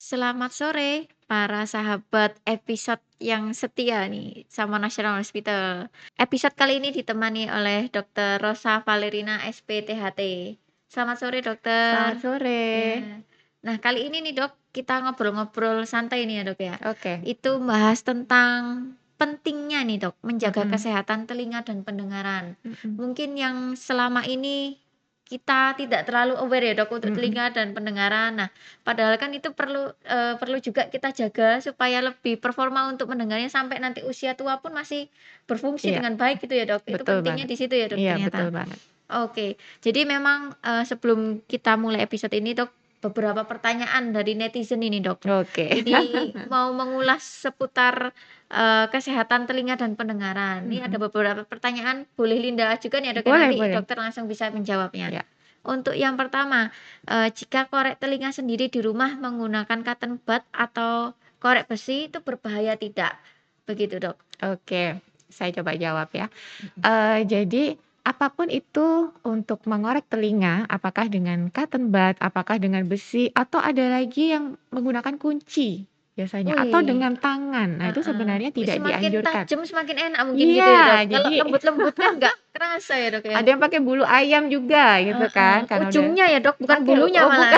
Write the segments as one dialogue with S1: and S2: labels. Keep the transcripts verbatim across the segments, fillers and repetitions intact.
S1: Selamat sore, para sahabat episode yang setia nih sama National Hospital. Episode kali ini ditemani oleh Dokter Rosa Valerina, S P T H T. Selamat sore,
S2: Selamat
S1: dokter.
S2: sore.
S1: Ya. Nah, kali ini nih, Dok, kita ngobrol-ngobrol santai nih ya, Dok ya.
S2: Oke.
S1: Itu bahas tentang pentingnya nih, Dok, menjaga
S2: Mhm.
S1: kesehatan telinga dan pendengaran.
S2: Mhm.
S1: Mungkin yang selama ini kita tidak terlalu aware ya, Dok, untuk
S2: Mhm.
S1: telinga dan pendengaran. Nah, padahal kan itu perlu, eee, perlu juga kita jaga supaya lebih performa untuk mendengarnya sampai nanti usia tua pun masih berfungsi
S2: Iya,
S1: dengan baik gitu ya, Dok. Itu
S2: betul
S1: pentingnya
S2: banget.
S1: di situ ya, Dok,
S2: Iya, betul
S1: ternyata.
S2: banget.
S1: Oke, jadi memang, eee, sebelum kita mulai episode ini, Dok, beberapa pertanyaan dari netizen ini, Dok.
S2: Oke.
S1: Ini mau mengulas seputar, eee, kesehatan telinga dan pendengaran. Ini ada
S2: Mhm.
S1: beberapa pertanyaan, boleh Linda ajukan ya, Dok, ya,
S2: Boleh
S1: nanti
S2: boleh.
S1: dokter langsung bisa menjawabnya.
S2: Ya.
S1: Untuk yang pertama, eee, jika korek telinga sendiri di rumah menggunakan cotton bud atau korek besi itu berbahaya tidak? Begitu, Dok.
S2: Oke, saya coba jawab ya.
S1: Mhm.
S2: Eee, jadi apapun itu untuk mengorek telinga, apakah dengan cotton bud, apakah dengan besi, atau ada lagi yang menggunakan kunci biasanya, atau
S1: Wih,
S2: dengan tangan. Nah, itu
S1: heeh.
S2: sebenarnya
S1: Wih,
S2: tidak
S1: semakin
S2: dianjurkan.
S1: tajam semakin enak mungkin gitu ya, Dok?
S2: Iya,
S1: Kalau
S2: jadi
S1: lembut-lembut kan nggak kerasa ya, Dok, ya?
S2: ada yang pakai bulu ayam juga gitu
S1: Heeh.
S2: kan, karena udah
S1: Ujungnya ya, Dok, bukan
S2: pakai
S1: bulunya
S2: oh
S1: malah.
S2: bukan.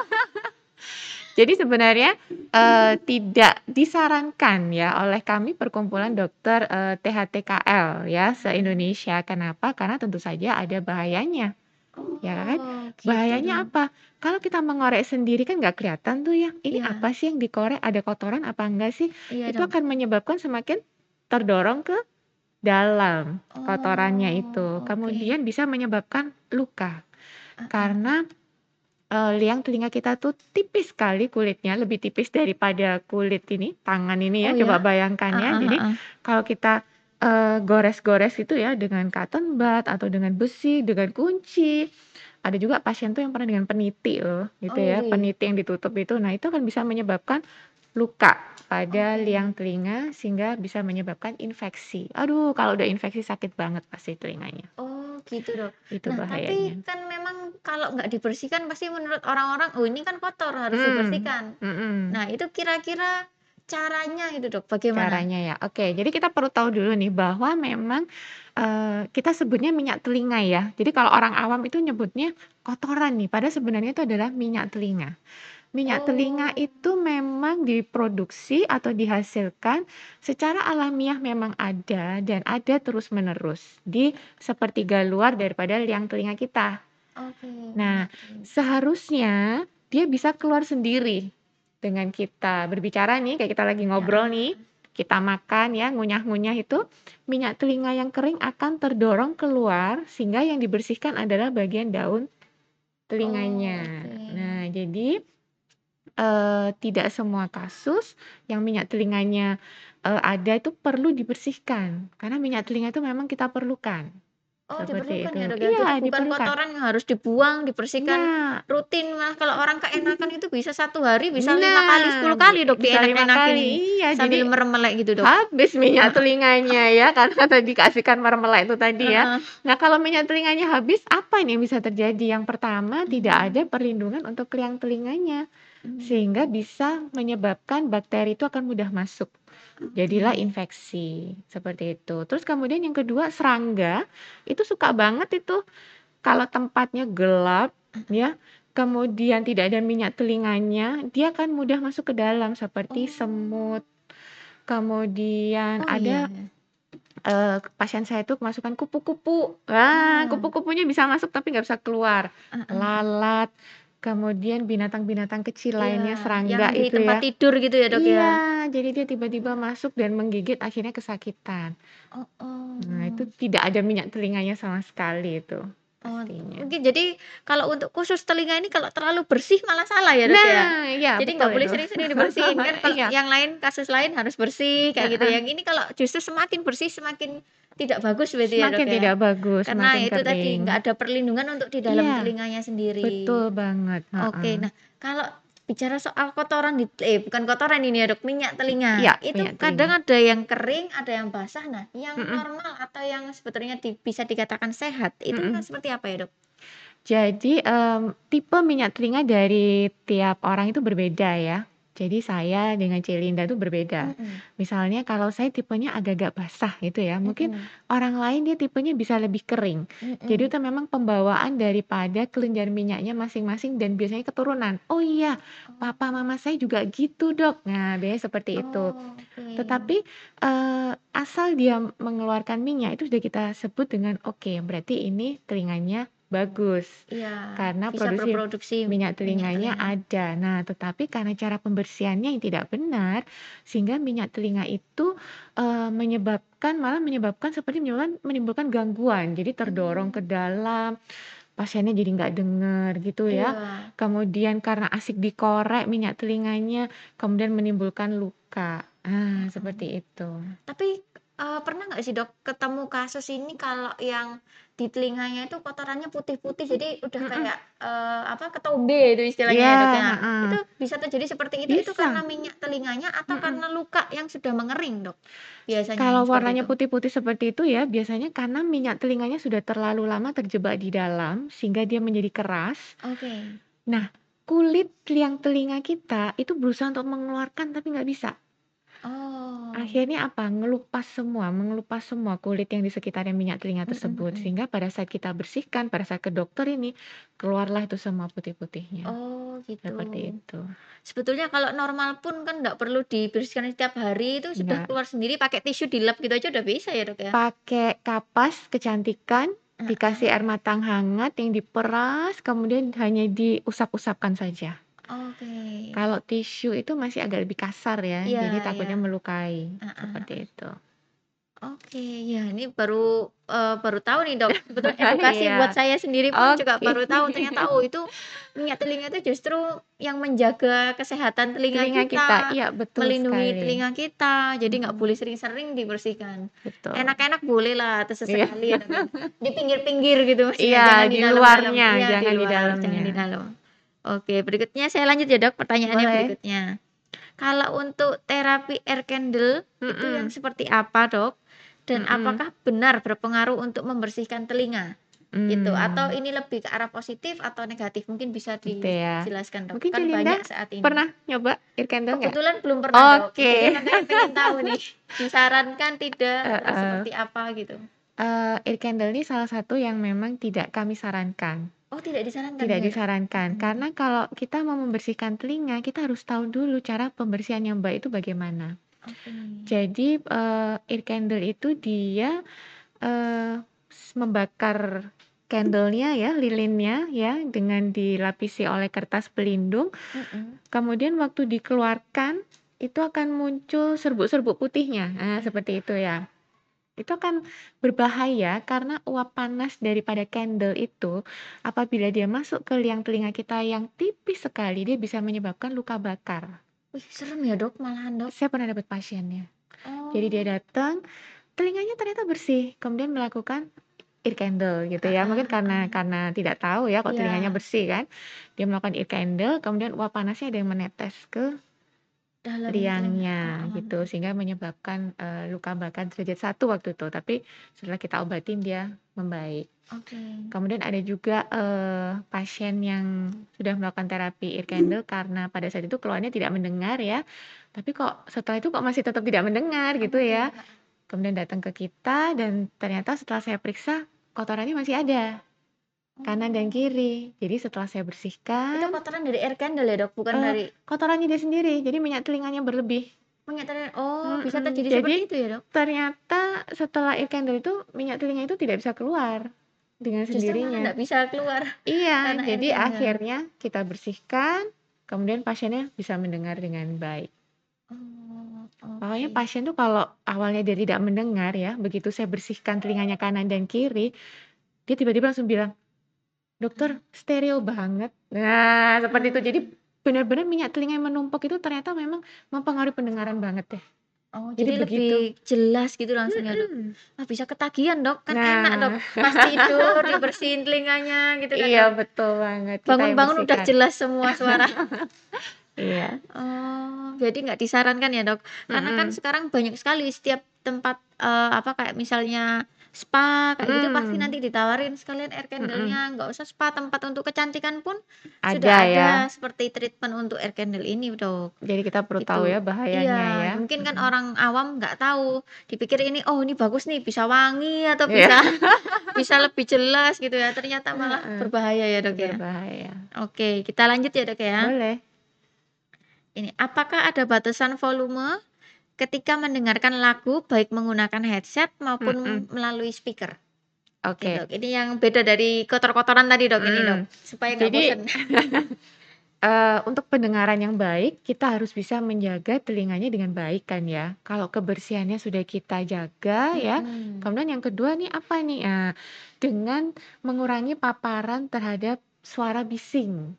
S2: Jadi sebenarnya, eee, tidak disarankan ya oleh kami perkumpulan dokter, eee, T H T K L ya
S1: Mhm.
S2: se-Indonesia. Kenapa? Karena tentu saja ada bahayanya, ya kan.
S1: Oh, gitu,
S2: Bahayanya
S1: Dok.
S2: apa? Kalau kita mengorek sendiri kan nggak kelihatan tuh ya, ini
S1: Iya.
S2: apa sih yang dikorek, ada kotoran apa enggak sih?
S1: Iya,
S2: Itu
S1: dong.
S2: akan menyebabkan semakin terdorong ke dalam kotorannya
S1: Oh,
S2: itu,
S1: oke.
S2: kemudian bisa menyebabkan luka.
S1: Heeh.
S2: Karena, eee, liang telinga kita tuh tipis sekali kulitnya, lebih tipis daripada kulit ini, tangan ini ya,
S1: Oh,
S2: coba
S1: ya?
S2: bayangkan ya.
S1: Heeh
S2: Jadi
S1: heeh.
S2: kalau kita, eee, gores-gores itu ya dengan cotton bud atau dengan besi, dengan kunci, ada juga pasien tuh yang pernah dengan peniti loh, gitu
S1: Oh,
S2: ya,
S1: wih.
S2: peniti yang ditutup itu. Nah, itu akan bisa menyebabkan luka pada liang
S1: Oke.
S2: telinga sehingga bisa menyebabkan infeksi. Aduh, kalau udah infeksi sakit banget pasti telinganya.
S1: Oh, gitu, Dok.
S2: Itu
S1: Nah, tapi
S2: bahayanya.
S1: kan memang kalau nggak dibersihkan pasti menurut orang-orang, "Oh, ini kan kotor, harus
S2: Mmm,
S1: dibersihkan."
S2: mhm.
S1: Nah, itu kira-kira caranya itu, Dok, bagaimana?
S2: Caranya ya, oke. Jadi kita perlu tahu dulu nih bahwa memang, eee, kita sebutnya minyak telinga ya. Jadi kalau orang awam itu nyebutnya kotoran nih, padahal sebenarnya itu adalah minyak telinga. Minyak telinga
S1: Oh.
S2: itu memang diproduksi atau dihasilkan secara alamiah memang ada dan ada terus-menerus di sepertiga luar daripada liang telinga kita.
S1: Oke,
S2: Nah,
S1: minyak telinga.
S2: seharusnya dia bisa keluar sendiri dengan kita berbicara nih, kayak kita lagi
S1: Heeh
S2: ngobrol nih,
S1: heeh.
S2: kita makan ya, ngunyah-ngunyah itu, minyak telinga yang kering akan terdorong keluar sehingga yang dibersihkan adalah bagian daun
S1: Oh,
S2: telinganya.
S1: oke.
S2: Nah, jadi, eee, tidak semua kasus yang minyak telinganya, eee, ada itu perlu dibersihkan, karena minyak telinga itu memang kita perlukan,
S1: Oh,
S2: seperti
S1: diperlukan
S2: itu.
S1: ya, Dok, ya? Jadi
S2: Iya,
S1: bukan
S2: diperlukan.
S1: kotoran yang harus dibuang, dibersihkan
S2: Nah.
S1: rutin, malah kalau orang keenakan itu bisa satu hari bisa lima kali,
S2: Nah,
S1: sepuluh kali, Dok,
S2: bisa lima
S1: dienak-enakin
S2: kali, iya.
S1: sambil
S2: Jadi
S1: meremelek gitu, Dok.
S2: habis minyak telinganya ya, karena tadi kasihkan mermelek itu tadi ya.
S1: Heeh.
S2: Nah, kalau minyak telinganya habis, apa ini yang bisa terjadi? Yang pertama, tidak ada
S1: Mmm.
S2: perlindungan untuk liang telinganya, sehingga
S1: Mmm.
S2: bisa menyebabkan bakteri itu akan mudah masuk. Jadilah
S1: Oke.
S2: infeksi, seperti itu. Terus kemudian yang kedua, serangga itu suka banget itu kalau tempatnya gelap
S1: Heeh.
S2: ya, kemudian tidak ada minyak telinganya, dia akan mudah masuk ke dalam seperti
S1: Oh.
S2: semut, kemudian
S1: Oh, iya
S2: ada,
S1: ya.
S2: eee, pasien saya itu kemasukan kupu-kupu. Ah,
S1: Oh.
S2: kupu-kupunya bisa masuk tapi nggak bisa keluar.
S1: Heeh heeh.
S2: Lalat, kemudian binatang-binatang kecil
S1: Iya,
S2: lainnya,
S1: yang
S2: serangga
S1: di
S2: itu
S1: tempat
S2: ya.
S1: tidur gitu ya, Dok, ya?
S2: Iya, jadi dia tiba-tiba masuk dan menggigit akhirnya kesakitan. Nah, itu
S1: Heeh.
S2: tidak ada minyak telinganya sama sekali itu,
S1: Oh,
S2: pastinya.
S1: mungkin jadi kalau untuk khusus telinga ini kalau terlalu bersih malah salah ya, Dok, ya?
S2: Nah, iya
S1: Jadi
S2: betul
S1: nggak boleh
S2: itu.
S1: sering-sering dibersihin, kan kalau
S2: Iya.
S1: yang lain kasus lain harus bersih kayak gitu,
S2: Heeh.
S1: yang ini kalau justru semakin bersih semakin tidak bagus berarti ya, Dok,
S2: Semakin
S1: ya?
S2: tidak bagus,
S1: Karena
S2: semakin
S1: ya itu tadi,
S2: kering.
S1: nggak ada perlindungan untuk di dalam
S2: Iya,
S1: telinganya
S2: betul
S1: sendiri.
S2: banget,
S1: Oke,
S2: heeh.
S1: nah kalau bicara soal kotoran di eh, bukan kotoran ini ya, Dok, minyak telinga,
S2: Iya,
S1: itu
S2: minyak
S1: kadang
S2: telinga.
S1: ada yang kering, ada yang basah. Nah, yang
S2: Mhm.
S1: normal atau yang sebetulnya di bisa dikatakan sehat, itu
S2: Mhm.
S1: seperti apa ya, Dok?
S2: Jadi, mmm, tipe minyak telinga dari tiap orang itu berbeda ya. Jadi saya dengan Cilinda tuh berbeda.
S1: Mhm.
S2: Misalnya kalau saya tipenya agak-agak basah gitu ya, mungkin
S1: Mhm.
S2: orang lain dia tipenya bisa lebih kering. Jadi
S1: Mhm.
S2: itu memang pembawaan daripada kelenjar minyaknya masing-masing dan biasanya keturunan. Oh iya, papa
S1: Oh.
S2: mama saya juga gitu, Dok. Nah, biasanya seperti itu.
S1: Oh, oke.
S2: Tetapi, eee, asal dia mengeluarkan minyak itu sudah kita sebut dengan oke, berarti ini telinganya bagus.
S1: Iya,
S2: Karena
S1: bisa
S2: produksi
S1: berproduksi
S2: minyak
S1: minyak
S2: telinganya
S1: telinga.
S2: ada. Nah, tetapi karena cara pembersihannya yang tidak benar, sehingga minyak telinga itu, eee, menyebabkan malah menyebabkan seperti menyebabkan menimbulkan gangguan. Jadi terdorong ke
S1: Mmm.
S2: dalam, pasiennya jadi nggak denger gitu ya.
S1: Iya.
S2: Kemudian karena asik dikorek minyak telinganya, kemudian menimbulkan luka. Ah,
S1: Heeh.
S2: seperti itu.
S1: Tapi, eee, pernah nggak sih, Dok, ketemu kasus ini kalau yang di telinganya itu kotorannya putih-putih, jadi udah
S2: Mhm.
S1: kayak, eee, apa, ketombe itu istilahnya
S2: Iya,
S1: ya, Dok, ya. Itu
S2: heeh.
S1: bisa terjadi seperti itu, itu karena
S2: Bisa.
S1: minyak telinganya atau
S2: Mhm.
S1: karena luka yang sudah mengering, Dok, biasanya yang
S2: Kalau
S1: seperti
S2: warnanya
S1: itu?
S2: putih-putih seperti itu ya, biasanya karena minyak telinganya sudah terlalu lama terjebak di dalam, sehingga dia menjadi keras.
S1: Oke.
S2: Nah, kulit liang telinga kita itu berusaha untuk mengeluarkan tapi nggak bisa.
S1: Oh.
S2: Akhirnya apa? Ngelupas semua, mengelupas semua kulit yang di sekitarnya minyak telinga
S1: Mhm
S2: tersebut.
S1: mhm.
S2: Sehingga pada saat kita bersihkan, pada saat ke dokter ini, keluarlah itu semua putih-putihnya.
S1: Oh, gitu.
S2: Seperti itu.
S1: Sebetulnya kalau normal pun kan nggak perlu dibersihkan setiap hari, itu sudah
S2: Enggak.
S1: keluar sendiri pakai tisu dilap gitu aja udah bisa ya, Dok, ya?
S2: Pakai kapas kecantikan, dikasih
S1: Heeh.
S2: air matang hangat yang diperas, kemudian hanya diusap-usapkan saja.
S1: Oke.
S2: Kalau tisu itu masih agak lebih kasar ya,
S1: Iya
S2: jadi
S1: iya.
S2: takutnya melukai,
S1: Heeh
S2: seperti
S1: heeh.
S2: itu.
S1: Oke, ya ini baru, eee, baru tahu nih, Dok. Sebetulnya edukasi buat
S2: Iya.
S1: saya sendiri pun juga
S2: Oke.
S1: baru tahu ternyata, oh itu minyak telinga itu justru yang menjaga kesehatan telinga
S2: Telinga kita,
S1: kita,
S2: iya betul
S1: melindungi
S2: sekali.
S1: telinga kita, jadi nggak boleh
S2: Mhm.
S1: sering-sering dibersihkan.
S2: Betul.
S1: Enak-enak bolehlah atau
S2: Iya.
S1: sesekali ya, Dok, ya. Di pinggir-pinggir gitu maksudnya,
S2: Iya,
S1: jangan di
S2: di
S1: dalam-dalam.
S2: luarnya,
S1: Iya, di
S2: jangan di
S1: luar, jangan
S2: dalamnya.
S1: di dalam. Oke, berikutnya saya lanjut ya, Dok, pertanyaannya
S2: Boleh.
S1: berikutnya. Kalau untuk terapi air candle itu yang
S2: Mhm.
S1: seperti apa, Dok? Dan
S2: Mhm.
S1: apakah benar berpengaruh untuk membersihkan telinga? Gitu, atau
S2: Mmm.
S1: ini lebih ke arah positif atau negatif? Mungkin bisa
S2: Gitu ya.
S1: dijelaskan, Dok,
S2: Mungkin
S1: kan
S2: Cilinda
S1: banyak saat ini.
S2: pernah nyoba ear candle nggak?
S1: Kebetulan belum pernah, Dok. Jadi
S2: Oke.
S1: makanya pengen tahu nih, disarankan tidak, terus
S2: Heeh.
S1: seperti apa gitu?
S2: Eee, ear candle ini salah satu yang memang tidak kami sarankan.
S1: Oh, tidak disarankan
S2: Tidak
S1: ya, Dok?
S2: disarankan,
S1: Mhm.
S2: karena kalau kita mau membersihkan telinga, kita harus tahu dulu cara pembersihan yang baik itu bagaimana.
S1: Oke.
S2: Jadi, eee, ear candle itu dia, eee, s membakar candle-nya ya, lilinnya ya, dengan dilapisi oleh kertas pelindung,
S1: Mhm.
S2: kemudian waktu dikeluarkan, itu akan muncul serbuk-serbuk putihnya. Nah, seperti itu ya. Itu kan berbahaya karena uap panas daripada candle itu, apabila dia masuk ke liang telinga kita yang tipis sekali, dia bisa menyebabkan luka bakar.
S1: Wih, serem ya, Dok, malahan, Dok?
S2: Saya pernah dapat pasiennya. Jadi dia
S1: Oh.
S2: datang, telinganya ternyata bersih, kemudian melakukan ear candle gitu ya.
S1: Heeh
S2: Mungkin karena
S1: heeh.
S2: karena tidak tahu ya kalau telinganya
S1: Iya.
S2: bersih kan. Dia melakukan ear candle, kemudian uap panasnya ada yang menetes ke
S1: Dalam telinga,
S2: liangnya
S1: heeh.
S2: gitu, sehingga menyebabkan, eee, luka bakar derajat satu waktu itu, tapi setelah kita obatin dia membaik.
S1: Oke.
S2: Kemudian ada juga, eee, pasien yang sudah melakukan terapi ear candle karena pada saat itu keluhannya tidak mendengar ya, tapi kok setelah itu kok masih tetap tidak mendengar gitu
S1: Oke,
S2: ya.
S1: heeh.
S2: Kemudian datang ke kita dan ternyata setelah saya periksa, kotorannya masih ada, kanan dan
S1: Oh.
S2: kiri. Jadi setelah saya
S1: Itu
S2: bersihkan
S1: kotoran dari air candle ya, Dok? Bukan
S2: eee,
S1: dari
S2: kotorannya dia sendiri, jadi minyak telinganya berlebih.
S1: minyak teli oh, bisa
S2: Mhm,
S1: terjadi seperti
S2: jadi
S1: itu ya, Dok?
S2: ternyata setelah ear candle itu minyak telinga itu tidak bisa keluar dengan
S1: Justru malah
S2: sendirinya.
S1: nggak bisa keluar
S2: Iya,
S1: karena air
S2: jadi
S1: candle.
S2: akhirnya kita bersihkan, kemudian pasiennya bisa mendengar dengan baik.
S1: Oh,
S2: Pokoknya
S1: oke.
S2: pasien tuh kalau awalnya dia tidak mendengar ya, begitu saya bersihkan telinganya kanan dan kiri, dia tiba-tiba langsung bilang, "Dokter,
S1: Mhm.
S2: steril banget." Nah, seperti itu. Jadi
S1: Mmm.
S2: benar-benar minyak telinga yang menumpuk itu ternyata memang mempengaruhi pendengaran banget deh.
S1: Oh,
S2: Jadi
S1: jadi
S2: begitu.
S1: lebih jelas gitu langsung ya, Dok?
S2: Mhm.
S1: Wah, bisa ketagihan, Dok, kan enak, Dok,
S2: Nah.
S1: pas tidur dibersihin telinganya gitu kan,
S2: Iya,
S1: Dok.
S2: betul banget, kita yang
S1: Bangun-bangun udah
S2: bersihkan.
S1: jelas semua suara.
S2: Iya.
S1: Oh, jadi nggak disarankan ya, Dok? Karena kan
S2: Mhm.
S1: sekarang banyak sekali setiap tempat, eee, apa, kayak misalnya spa kayak gitu pasti
S2: Mhm.
S1: nanti ditawarin sekalian air
S2: Mhm.
S1: candle-nya, nggak usah spa, tempat untuk kecantikan pun
S2: Ada
S1: sudah
S2: ya.
S1: ada seperti treatment untuk air candle ini, Dok,
S2: Jadi kita perlu tahu
S1: gitu.
S2: ya bahayanya
S1: Iya,
S2: ya.
S1: mungkin kan
S2: Mhm.
S1: orang awam nggak tahu, dipikir ini, "Oh ini bagus nih, bisa wangi atau
S2: Iya.
S1: bisa bisa lebih jelas," gitu ya, ternyata malah
S2: Heeh.
S1: berbahaya ya, Dok, ya.
S2: Berbahaya.
S1: Oke, kita lanjut ya, Dok, ya.
S2: Boleh.
S1: Ini, apakah ada batasan volume ketika mendengarkan lagu baik menggunakan headset maupun
S2: Mhm.
S1: melalui speaker? Oke,
S2: Oke.
S1: Dok, ini yang beda dari kotor-kotoran tadi, Dok, ini, Dok,
S2: Mhm.
S1: supaya nggak
S2: Jadi,
S1: bosen.
S2: eee, untuk pendengaran yang baik, kita harus bisa menjaga telinganya dengan baik kan ya. Kalau kebersihannya sudah kita jaga ya,
S1: Mhm.
S2: kemudian yang kedua nih apa nih, ah, dengan mengurangi paparan terhadap suara bising.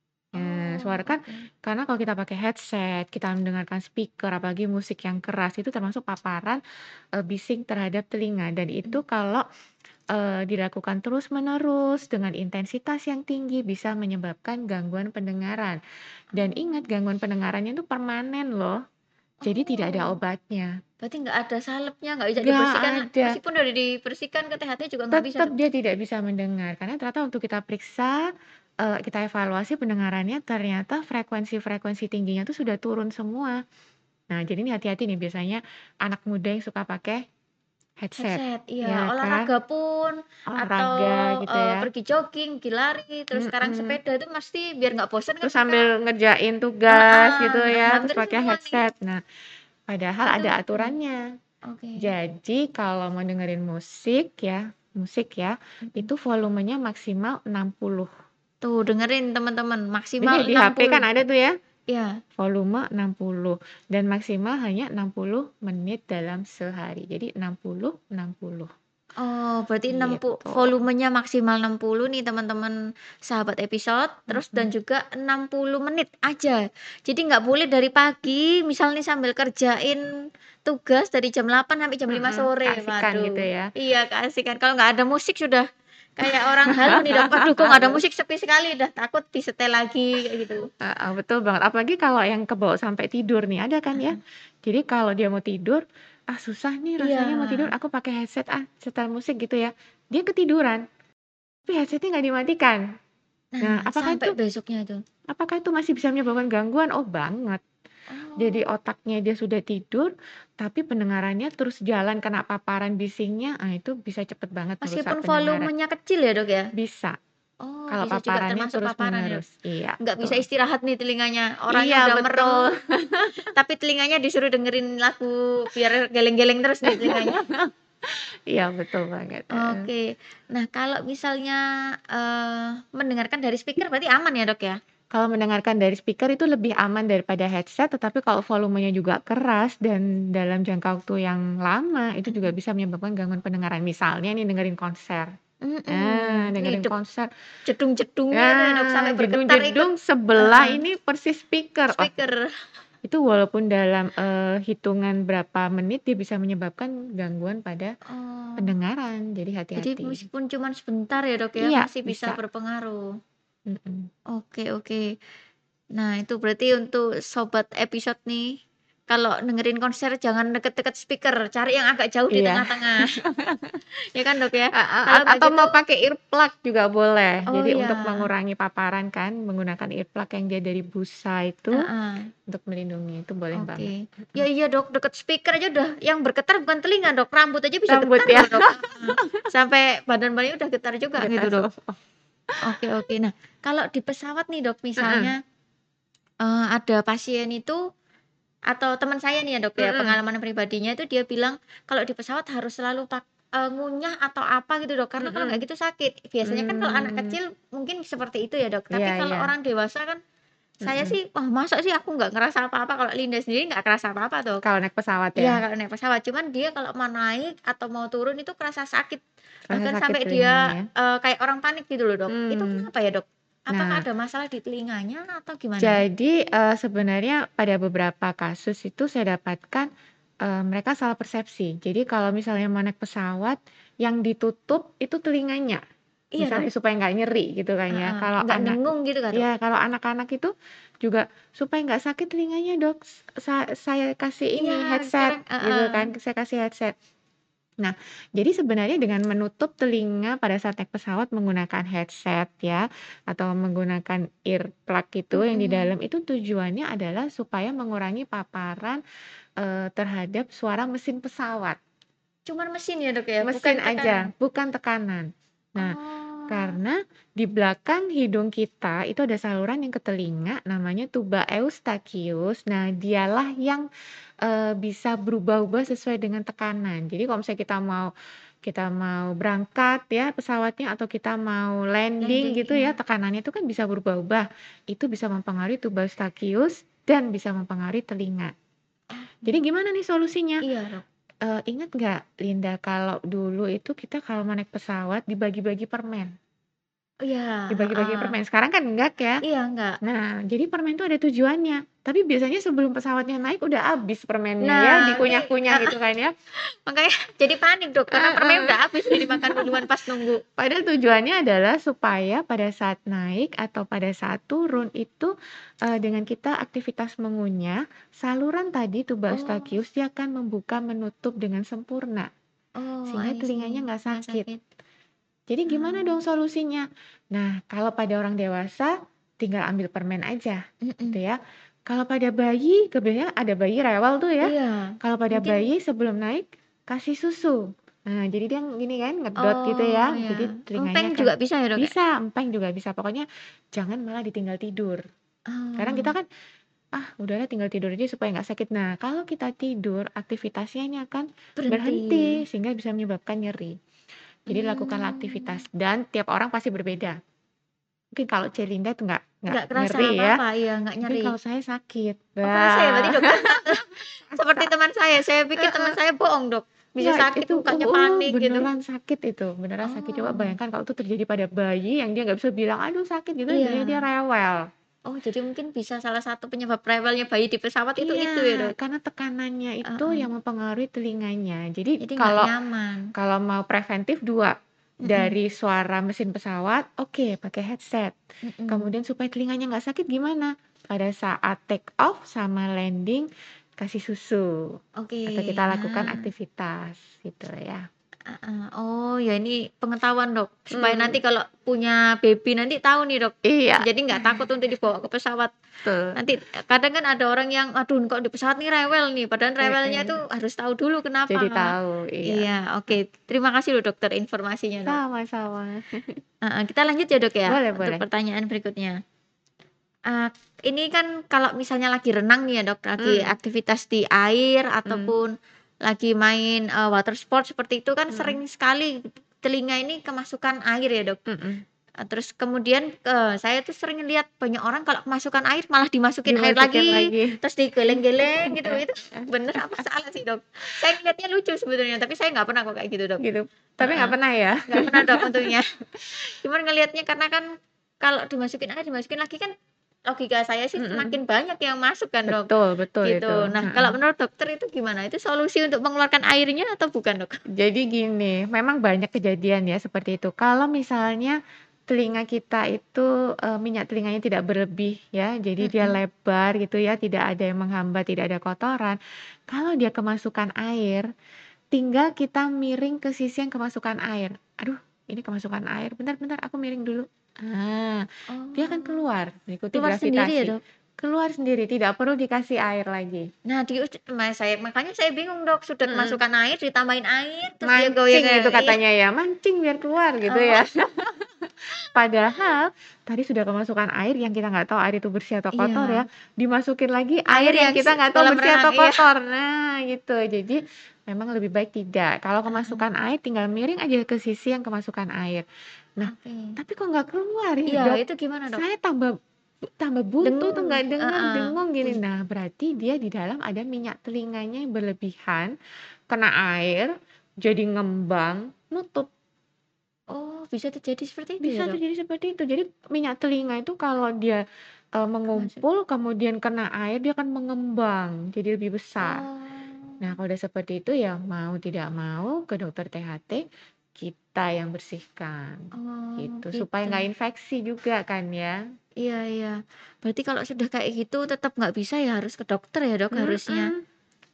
S2: Nah,
S1: Oh,
S2: suara kan
S1: oke.
S2: karena kalau kita pakai headset, kita mendengarkan speaker, apalagi musik yang keras, itu termasuk paparan, eee, bising terhadap telinga dan itu
S1: Mhm.
S2: kalau, eee, dilakukan terus-menerus dengan intensitas yang tinggi bisa menyebabkan gangguan pendengaran. Dan ingat
S1: Oh.
S2: gangguan pendengarannya itu permanen loh, jadi tidak ada
S1: Oh,
S2: obatnya.
S1: berarti nggak ada salepnya, nggak bisa
S2: Nggak
S1: dibersihkan la
S2: ada.
S1: meskipun udah dibersihkan ke THT juga nggak bisa,
S2: Tetep
S1: Dok?
S2: dia tidak bisa mendengar, karena ternyata waktu kita periksa, eee, kita evaluasi pendengarannya, ternyata frekuensi-frekuensi tingginya tuh sudah turun semua. Nah, jadi nih hati-hati nih biasanya anak muda yang suka pakai headset,
S1: Headset, iya,
S2: ya kan.
S1: olahraga pun atau,
S2: Olahraga gitu
S1: eee,
S2: ya.
S1: pergi jogging, pergi lari, terus sekarang
S2: Mhm.
S1: sepeda itu mesti biar nggak bosen kan
S2: Terus
S1: mereka
S2: sambil ngerjain tugas
S1: heeh,
S2: gitu
S1: nah
S2: ya, terus
S1: hampir
S2: pakai
S1: semua nih.
S2: headset. Nah, padahal
S1: Itu
S2: ada
S1: mhm,
S2: aturannya.
S1: oke.
S2: Jadi kalau mau dengerin musik ya musik ya,
S1: Mhm.
S2: itu volumenya maksimal enam puluh.
S1: Tuh dengerin teman-teman, maksimal
S2: Ini di
S1: enam
S2: HP
S1: puluh.
S2: kan ada tuh ya,
S1: Iya.
S2: volume enam puluh dan maksimal hanya enam puluh menit dalam sehari. Jadi enam puluh, enam puluh.
S1: Oh, berarti enam pu
S2: Gitu.
S1: volumenya maksimal enam puluh nih teman-teman sahabat episode, terus dan
S2: Mhm.
S1: juga enam puluh menit aja. Jadi nggak boleh dari pagi, misal nih sambil kerjain tugas dari jam delapan sampai jam lima
S2: Mhm,
S1: sore,
S2: keasikan gitu
S1: waduh.
S2: ya.
S1: Iya keasikan, kalau nggak ada musik sudah kayak orang halu nih, Dok. Waduh kok nggak ada
S2: Halu.
S1: musik, sepi sekali, udah takut disetel lagi, kayak gitu.
S2: Heeh, betul banget. Apalagi kalau yang kebawa sampai tidur nih, ada kan ya.
S1: Heeh.
S2: Jadi kalau dia mau tidur, "Ah susah nih rasanya mau tidur,
S1: Iya.
S2: aku pakai headset ah, setel musik," gitu ya. Dia ketiduran, tapi headset-nya nggak dimatikan. Nah,
S1: Nah,
S2: apakah
S1: sampai
S2: itu
S1: besoknya tuh.
S2: apakah itu masih bisa menyebabkan gangguan? Oh banget. Jadi
S1: Oh.
S2: otaknya dia sudah tidur, tapi pendengarannya terus jalan kena paparan bisingnya, ah itu bisa cepet banget merusak
S1: Meskipun
S2: pendengaran.
S1: volumenya kecil ya, Dok, ya?
S2: Bisa,
S1: Oh,
S2: kalau
S1: bisa juga
S2: paparannya
S1: termasuk paparan ya, Dok?
S2: terus-menerus. Iya,
S1: Nggak bisa
S2: betul.
S1: istirahat nih telinganya, orangnya
S2: Iya,
S1: udah merem,
S2: betul.
S1: tapi telinganya disuruh dengerin lagu biar geleng-geleng terus nih telinganya.
S2: Iya, betul banget, heeh.
S1: Oke. Nah, kalau misalnya, eee, mendengarkan dari speaker berarti aman ya, Dok, ya?
S2: Kalau mendengarkan dari speaker itu lebih aman daripada headset, tetapi kalau volumenya juga keras dan dalam jangka waktu yang lama, itu juga
S1: Mhm.
S2: bisa menyebabkan gangguan pendengaran. Misalnya nih dengerin konser. Ah,
S1: Mhm,
S2: dengerin
S1: ngidep
S2: konser
S1: jedung-jedungnya itu ya, Dok,
S2: ah,
S1: sampai bergetar ikut
S2: jedung-jedung sebelah
S1: heeh,
S2: ini persis speaker. Wah,
S1: speaker.
S2: itu walaupun dalam, eee, hitungan berapa menit dia bisa menyebabkan gangguan pada
S1: Oh.
S2: pendengaran, jadi
S1: Jadi
S2: hati-hati.
S1: meskipun cuman sebentar ya, Dok, ya,
S2: Iya,
S1: masih bisa
S2: bisa.
S1: berpengaruh.
S2: Mhm.
S1: Oke oke. Nah, itu berarti untuk sobat episode nih, kalau dengerin konser jangan deket-deket speaker, cari yang agak jauh di
S2: Iya.
S1: tengah-tengah. Ya kan, Dok, ya?
S2: Heeh,
S1: Kalau
S2: at
S1: nggak
S2: atau
S1: gitu
S2: mau pakai earplug juga boleh.
S1: oh,
S2: Jadi untuk
S1: iya.
S2: mengurangi paparan kan, menggunakan earplug yang dia dari busa itu,
S1: Heeh.
S2: untuk melindungi, itu boleh banget.
S1: Oke. Ya
S2: Mhm.
S1: iya, Dok, deket speaker aja udah yang bergetar bukan telinga, Dok, rambut aja bisa
S2: Rambut
S1: getar
S2: ya.
S1: loh, Dok, heeh. Sampai badan Mbaknya udah getar juga gitu,
S2: Getar
S1: Dok.
S2: semua.
S1: Oke oke. Nah, kalau di pesawat nih, Dok,
S2: Mhm.
S1: misalnya, eee, ada pasien itu atau teman saya nih ya, Dok, ya,
S2: Mhm.
S1: pengalaman pribadinya itu dia bilang kalau di pesawat harus selalu pak eee, ngunyah atau apa gitu, Dok, karena kalau nggak
S2: Mhm.
S1: gitu sakit. Biasanya kan kalau anak
S2: Mmm.
S1: kecil mungkin seperti itu ya, Dok,
S2: Iya
S1: tapi kalau
S2: iya.
S1: orang dewasa kan saya
S2: Mhm.
S1: sih, wah masa sih aku nggak ngerasa apa-apa, kalau Linda sendiri nggak kerasa apa-apa, Dok.
S2: Kalau naik pesawat
S1: Iya,
S2: ya?
S1: kalau naik pesawat, cuman dia kalau mau naik atau mau turun itu kerasa sakit,
S2: Kerasa
S1: bahkan
S2: sakit
S1: sampai
S2: telinganya
S1: dia,
S2: ya?
S1: eee, kayak orang panik gitu loh, Dok. Itu
S2: Mmm.
S1: kenapa ya, Dok? Apakah
S2: Nah
S1: ada masalah di telinganya atau gimana?
S2: jadi, eee, sebenarnya pada beberapa kasus itu saya dapatkan, eee, mereka salah persepsi. Jadi kalau misalnya mau naik pesawat, yang ditutup itu telinganya.
S1: Iya, Dok.
S2: Misalnya supaya nggak nyeri gitu kan ya.
S1: Heeh,
S2: Kalau
S1: nggak
S2: anak
S1: dengung gitu kah, Dok?
S2: ya kalau anak-anak itu juga supaya nggak sakit telinganya, Dok, s sa saya kasih
S1: Iya,
S2: ini headset
S1: sekarang
S2: gitu
S1: heeh.
S2: kan, saya kasih headset. Nah, jadi sebenarnya dengan menutup telinga pada saat naik pesawat menggunakan headset ya, atau menggunakan earplug itu yang di
S1: Mhm.
S2: dalam itu tujuannya adalah supaya mengurangi paparan, eee, terhadap suara mesin pesawat.
S1: Cuman mesin ya, Dok, ya? Bukan
S2: Mesin
S1: tekanan?
S2: aja, bukan tekanan. Nah,
S1: Oh.
S2: karena di belakang hidung kita itu ada saluran yang ke telinga namanya tuba eustachius. Nah, dialah yang, eee, bisa berubah-ubah sesuai dengan tekanan. Jadi kalau misalnya kita mau kita mau berangkat ya pesawatnya atau kita mau landing
S1: Landing,
S2: gitu ya,
S1: iya.
S2: tekanannya itu kan bisa berubah-ubah. Itu bisa mempengaruhi tuba eustachius dan bisa mempengaruhi telinga. Jadi
S1: Oke.
S2: gimana nih solusinya?
S1: Iya, Dok.
S2: Eee, inget nggak Linda kalau dulu itu kita kalau mau naik pesawat dibagi-bagi permen?
S1: Iya,
S2: Dibagi-bagi
S1: heeh.
S2: permen, sekarang kan enggak ya.
S1: Iya, enggak.
S2: Nah, jadi permen tuh ada tujuannya, tapi biasanya sebelum pesawatnya naik udah habis permennya ya,
S1: Nah, ini
S2: dikunyah-kunyah
S1: heeh,
S2: gitu kan ya.
S1: makanya jadi panik, Dok, karena permennya
S2: Heeh.
S1: udah habis, udah dimakan duluan pas nunggu.
S2: Padahal tujuannya adalah supaya pada saat naik atau pada saat turun itu, eee, dengan kita aktivitas mengunyah, saluran tadi tuba
S1: Oh.
S2: eustachius dia akan membuka menutup dengan sempurna,
S1: Oh,
S2: sehingga
S1: I
S2: telinganya
S1: see,
S2: nggak
S1: nggak
S2: sakit.
S1: sakit.
S2: Jadi gimana dong
S1: Ah.
S2: solusinya? Nah, kalau pada orang dewasa tinggal ambil permen aja, gitu
S1: Mhm.
S2: ya. Kalau pada bayi, kebanyakan ada bayi rewel tuh ya.
S1: Iya,
S2: Kalau pada
S1: mungkin
S2: bayi sebelum naik kasih susu. Nah, jadi dia gini kan ngedot gitu
S1: Oh,
S2: ya, jadi
S1: ya.
S2: telinganya
S1: Empeng
S2: akan
S1: juga bisa ya, Dok, ya?
S2: bisa, empeng juga bisa, pokoknya jangan malah ditinggal tidur. Kadang kita
S1: Oh.
S2: kan, "Ah, udahlah tinggal tidur aja supaya nggak sakit." Nah, kalau kita tidur, aktivitasnya ini akan berhenti
S1: Berhenti.
S2: sehingga bisa menyebabkan nyeri. Jadi lakukanlah
S1: Mmm.
S2: aktivitas dan tiap orang pasti berbeda. Mungkin kalau Celinda tuh nggak nggak
S1: Nggak kerasa
S2: nyeri ya,
S1: apa-apa, iya, nggak
S2: mungkin
S1: nyeri.
S2: kalau saya sakit.
S1: Oh, kerasa ya berarti,
S2: Wah,
S1: Dok, ya? Seperti
S2: kerasa.
S1: teman saya, saya pikir teman
S2: Heeh.
S1: saya bohong, Dok, bisa
S2: Nggak,
S1: sakit,
S2: itu,
S1: mukanya
S2: uh,
S1: panik gitu.
S2: beneran sakit itu, beneran sakit. Coba
S1: Oh.
S2: bayangkan kalau itu terjadi pada bayi yang dia nggak bisa bilang, "Aduh sakit," gitu, jadinya dia
S1: Iya.
S2: rewel.
S1: Oh, jadi mungkin bisa salah satu penyebab rewelnya bayi di pesawat itu
S2: Iya,
S1: itu ya, Dok?
S2: karena tekanannya itu
S1: Heeh.
S2: yang mempengaruhi telinganya. Jadi
S1: Jadi nggak
S2: kalau
S1: nyaman.
S2: kalau mau preventif dua,
S1: Mhm.
S2: dari suara mesin pesawat, oke pakai headset.
S1: Mhm.
S2: Kemudian supaya telinganya nggak sakit gimana? Pada saat take off sama landing kasih susu,
S1: Oke,
S2: atau kita lakukan
S1: nah.
S2: aktivitas gitu ya.
S1: Heeh. Oh, ya ini pengetahuan, Dok, supaya nanti
S2: Mmm.
S1: kalau punya baby nanti tahu nih, Dok.
S2: Iya.
S1: Jadi nggak takut untuk dibawa ke pesawat.
S2: Betul.
S1: Nanti kadang kan ada orang yang, "Aduh kok di pesawat nih rewel nih," padahal rewelnya itu
S2: Mhm.
S1: harus tahu dulu kenapa.
S2: Jadi tahu, iya.
S1: Iya, oke. Terima kasih loh, dokter, informasinya, Dok.
S2: Sama-sama.
S1: Heeh, kita lanjut ya, Dok, ya,
S2: Boleh
S1: untuk
S2: boleh.
S1: pertanyaan berikutnya. Eee, ini kan kalau misalnya lagi renang nih ya, Dok, lagi
S2: Mmm.
S1: aktivitas di air
S2: Mmm.
S1: ataupun lagi main, eee, water sport seperti itu kan sering
S2: Mhm.
S1: sekali telinga ini kemasukan air ya, Dok.
S2: Mhm.
S1: Eee, terus kemudian, eee, saya tuh sering lihat banyak orang kalau kemasukan air malah dimasukin air
S2: Dimasukin
S1: lagi,
S2: lagi.
S1: terus digeleng-geleng gitu, itu bener apa salah sih, Dok? Saya ngelihatnya lucu sebetulnya, tapi saya nggak pernah kok kayak gitu, Dok.
S2: Gitu, tapi
S1: Heeh.
S2: nggak pernah ya?
S1: Nggak pernah, Dok, untungnya. Cuman ngelihatnya karena kan kalau dimasukin air, dimasukin lagi kan logika saya sih
S2: Mhm.
S1: semakin banyak yang masuk kan, Dok,
S2: Betul betul itu,
S1: gitu. Nah, kalau
S2: heeh.
S1: menurut dokter itu gimana? Itu solusi untuk mengeluarkan airnya atau bukan, Dok?
S2: Jadi gini, memang banyak kejadian ya seperti itu. Kalau misalnya telinga kita itu, eee, minyak telinganya tidak berlebih ya, jadi dia
S1: Mhm.
S2: lebar gitu ya, tidak ada yang menghambat, tidak ada kotoran. Kalau dia kemasukan air, tinggal kita miring ke sisi yang kemasukan air. "Aduh, ini kemasukan air, bentar bentar aku miring dulu." Ah, dia akan
S1: Oh.
S2: keluar, mengikuti
S1: Keluar sendiri ya,
S2: gravitasi.
S1: Dok?
S2: Keluar sendiri, tidak perlu dikasih air lagi.
S1: Nah, di us ma saya makanya saya bingung, Dok, sudah
S2: Mhm.
S1: kemasukan air, ditambahin air, terus dia
S2: Mancing itu
S1: goyang-goyang iya.
S2: katanya ya, mancing biar keluar gitu
S1: Oh.
S2: ya. Padahal tadi sudah kemasukan air yang kita nggak tahu air itu bersih atau kotor ya,
S1: Iya.
S2: dimasukin lagi
S1: Air
S2: air yang
S1: yang se
S2: kita nggak tahu
S1: kolam
S2: bersih
S1: renang,
S2: atau
S1: iya.
S2: kotor. Nah, gitu. Jadi memang lebih baik tidak. Kalau
S1: Heeh.
S2: kemasukan air tinggal miring aja ke sisi yang kemasukan air. Nah,
S1: Oke.
S2: tapi kok nggak keluar ya,
S1: Iya,
S2: Dok?
S1: itu gimana, Dok?
S2: Saya tambah tambah buntu tuh
S1: Dengung,
S2: nggak dengar,
S1: heeh.
S2: dengung gini.
S1: Bun
S2: Nah, berarti dia di dalam ada minyak telinganya yang berlebihan, kena air, jadi ngembang, nutup.
S1: Oh, bisa terjadi seperti itu ya,
S2: Bisa
S1: Dok?
S2: terjadi seperti itu. Jadi minyak telinga itu kalau dia, eee,
S1: Kemasuk
S2: mengumpul kemudian kena air dia akan mengembang jadi lebih besar. Nah,
S1: Oh.
S2: kalau udah seperti itu ya mau tidak mau ke dokter T H T, kita yang bersihkan,
S1: Oh,
S2: gitu. Supaya
S1: gitu.
S2: nggak infeksi juga kan ya.
S1: Iya iya. Berarti kalau sudah kayak gitu tetap nggak bisa ya harus ke dokter ya, Dok, harusnya?
S2: Mhm.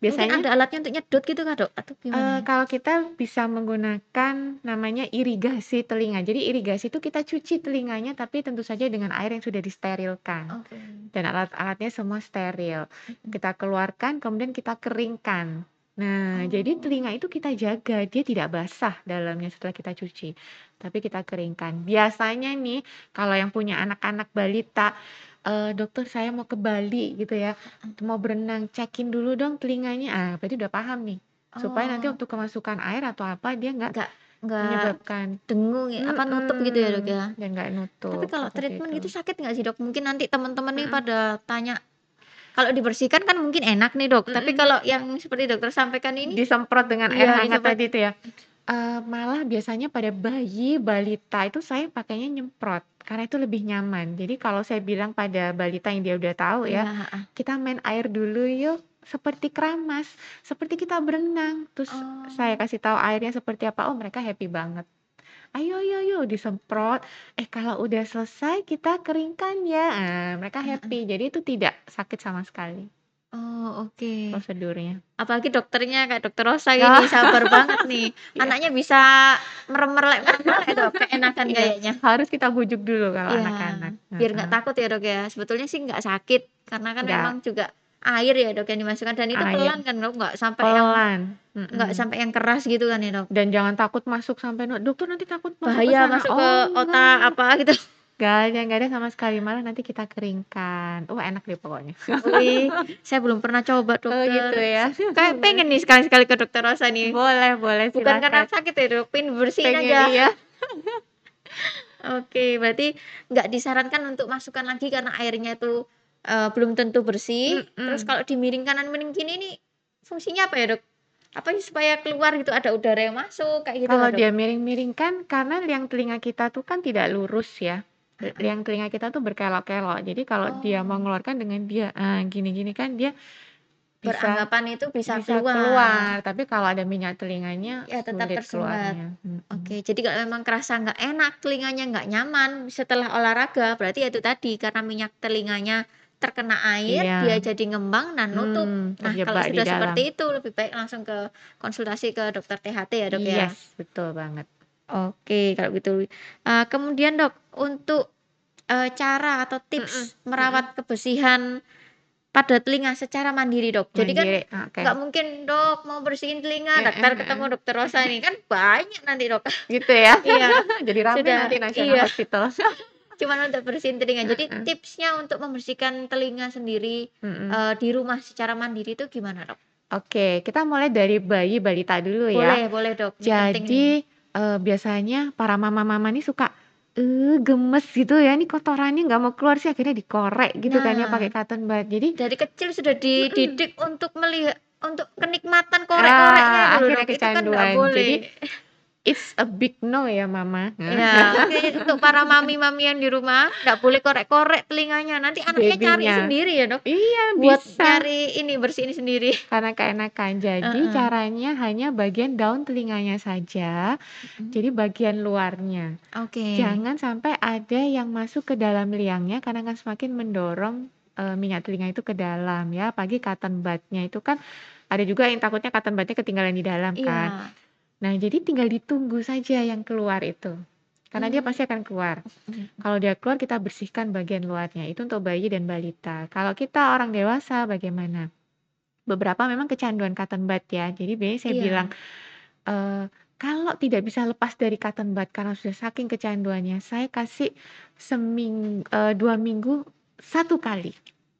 S1: Mungkin
S2: Biasanya
S1: ada alatnya untuk nyedot gitu kah, Dok? Atau gimana
S2: eee,
S1: ya?
S2: kalau kita bisa menggunakan namanya irigasi telinga. Jadi irigasi itu kita cuci telinganya tapi tentu saja dengan air yang sudah disterilkan
S1: Oke.
S2: dan alat-alatnya semua steril.
S1: Mhm.
S2: Kita keluarkan kemudian kita keringkan. Nah, jadi
S1: Oh.
S2: telinga itu kita jaga, dia tidak basah dalamnya setelah kita cuci, tapi kita keringkan. Biasanya nih kalau yang punya anak-anak balita, eee, "Dokter saya mau ke Bali," gitu ya,
S1: Heeh.
S2: mau berenang, "cekin dulu dong telinganya." Ah, berarti udah paham nih, supaya nanti
S1: Oh.
S2: waktu kemasukan air atau apa dia nggak
S1: Nggak nggak
S2: menyebabkan
S1: dengung ya, apa, nutup gitu ya, Dok,
S2: mhm,
S1: ya?
S2: dan nggak
S1: Tapi
S2: nutup,
S1: kalau
S2: seperti
S1: treatment
S2: itu.
S1: gitu sakit nggak sih, Dok? Mungkin nanti teman-teman nih
S2: Mhm,
S1: pada tanya, kalau dibersihkan kan mungkin enak nih, Dok, tapi
S2: mhm.
S1: kalau yang seperti dokter sampaikan ini
S2: Disemprot dengan air
S1: iya,
S2: hangat
S1: disemprot
S2: tadi itu ya? Eee, malah biasanya pada bayi, balita itu saya pakainya nyemprot, karena itu lebih nyaman. Jadi kalau saya bilang pada balita yang dia udah tahu ya,
S1: iya, heeh.
S2: "Kita main air dulu yuk, seperti keramas, seperti kita berenang." Terus saya
S1: Oh,
S2: kasih tahu airnya seperti apa, oh mereka happy banget. "Ayo ayo ayo," disemprot, "eh kalau udah selesai kita keringkan ya." Nah, mereka
S1: heeh.
S2: happy, jadi itu tidak sakit sama sekali
S1: Oh, oke.
S2: prosedurnya.
S1: Apalagi dokternya kayak Dokter Rosa
S2: Oh,
S1: ini, sabar banget nih.
S2: iya.
S1: Anaknya bisa merem merem-melek, Dok, keenakan
S2: Iya,
S1: kayaknya.
S2: harus kita bujuk dulu kalau
S1: Iya,
S2: anak-anak,
S1: biar nggak
S2: heeh.
S1: takut ya, Dok, ya. Sebetulnya sih nggak sakit, karena kan memang
S2: Nggak,
S1: juga air ya, Dok, yang dimasukkan dan itu
S2: air,
S1: pelan kan, Dok, nggak sampai yang
S2: pelan,
S1: nggak
S2: mhm,
S1: sampai yang keras gitu kan ya, Dok?
S2: dan jangan takut masuk sampai no "Dokter nanti takut masuk ke
S1: Bahaya
S2: sana."
S1: masuk ke
S2: Oh
S1: otak
S2: enggak,
S1: apa gitu.
S2: nggak ada nggak ada sama sekali, malah nanti kita keringkan. Wah enak deh pokoknya.
S1: Wih, saya belum pernah coba,
S2: Oh gitu
S1: dokter.
S2: ya?
S1: Se kayak pengen nih sekali-sekali ke Dokter Rosa nih.
S2: Boleh boleh
S1: Bukan karena
S2: silakan,
S1: sakit ya, Dok, pengen bersihin
S2: pengen
S1: aja.
S2: iya,
S1: Oke, berarti nggak disarankan untuk masukkan lagi karena airnya itu, eee, belum tentu bersih. Terus
S2: mhm.
S1: kalau dimiring kanan miring kiri ini fungsinya apa ya, Dok? Apa sih supaya keluar gitu, ada udara yang masuk kayak gitu
S2: Kalau
S1: kah, Dok?
S2: dia miring-miring kan karena liang telinga kita tuh kan tidak lurus ya, li
S1: Heeh.
S2: liang telinga kita tuh berkelok-kelok. Jadi kalau dia mau
S1: Oh,
S2: mengeluarkan dengan dia, eee, gini-gini kan dia bisa
S1: beranggapan itu bisa
S2: bisa
S1: keluar.
S2: keluar, tapi kalau ada minyak telinganya
S1: Ya tetap
S2: sulit
S1: tersumbat.
S2: keluarnya, mhm.
S1: Oke, jadi kalau memang kerasa nggak enak, telinganya nggak nyaman setelah olahraga, berarti ya itu tadi karena minyak telinganya terkena air,
S2: Iya,
S1: dia jadi ngembang dan nutup.
S2: mmm,
S1: Nah, kalau
S2: terjebak di
S1: sudah
S2: dalam.
S1: seperti itu lebih baik langsung ke konsultasi ke dokter T H T ya, Dok, ya?
S2: Yes, betul banget.
S1: Oke, kalau gitu. Eee, kemudian, Dok, untuk, eee, cara atau
S2: Mhm
S1: tips
S2: mhm.
S1: merawat kebersihan pada telinga secara mandiri, Dok. Jadi kan
S2: Mandiri, oke.
S1: nggak mungkin, "Dok, mau bersihin telinga,"
S2: Heeh
S1: daftar
S2: heeh.
S1: ketemu dokter Rosa ini, kan banyak nanti, Dok.
S2: Gitu ya?
S1: Iya,
S2: Jadi rame nanti
S1: sudah
S2: National
S1: iya,
S2: Hospital.
S1: cuman untuk bersihin telinga. Jadi
S2: Heeh,
S1: tipsnya untuk membersihkan telinga sendiri,
S2: mhm.
S1: eee, di rumah secara mandiri itu gimana, Dok?
S2: Oke, kita mulai dari bayi balita dulu ya.
S1: Boleh boleh, Dok, ini penting nih.
S2: Jadi, eee, biasanya para mama-mama nih suka, eee, gemes gitu ya, ini kotorannya nggak mau keluar sih, akhirnya dikorek gitu kan ya pakai
S1: Nah,
S2: cotton bud. Jadi
S1: dari kecil sudah
S2: mhm,
S1: dididik untuk melihat untuk kenikmatan korek-koreknya itu
S2: ah,
S1: loh,
S2: akhirnya
S1: Dok, itu kan nggak
S2: kecanduan.
S1: boleh.
S2: Jadi it's a big no ya Mama.
S1: Ya, oke untuk para mami-mami yang di rumah, nggak boleh korek-korek telinganya, nanti anaknya cari
S2: Baby-nya.
S1: sendiri ya, Dok,
S2: Iya
S1: buat
S2: bisa,
S1: nyari ini, bersihin sendiri.
S2: karena keenakan. Jadi
S1: Heeh,
S2: caranya hanya bagian daun telinganya saja,
S1: mhm,
S2: jadi bagian luarnya.
S1: oke.
S2: Jangan sampai ada yang masuk ke dalam liangnya karena akan semakin mendorong, eee, minyak telinga itu ke dalam ya, apalagi cotton bud-nya itu kan ada juga yang takutnya cotton bud-nya ketinggalan di dalam kan.
S1: Iya,
S2: Nah, jadi tinggal ditunggu saja yang keluar itu, karena dia
S1: mmm,
S2: pasti akan keluar.
S1: mhm,
S2: Kalau dia keluar kita bersihkan bagian luarnya, itu untuk bayi dan balita. Kalau kita orang dewasa bagaimana? Beberapa memang kecanduan cotton bud ya, jadi biasanya saya bilang,
S1: iya,
S2: eee, kalau tidak bisa lepas dari cotton bud karena sudah saking kecanduannya, saya kasih seming eee, dua minggu satu kali,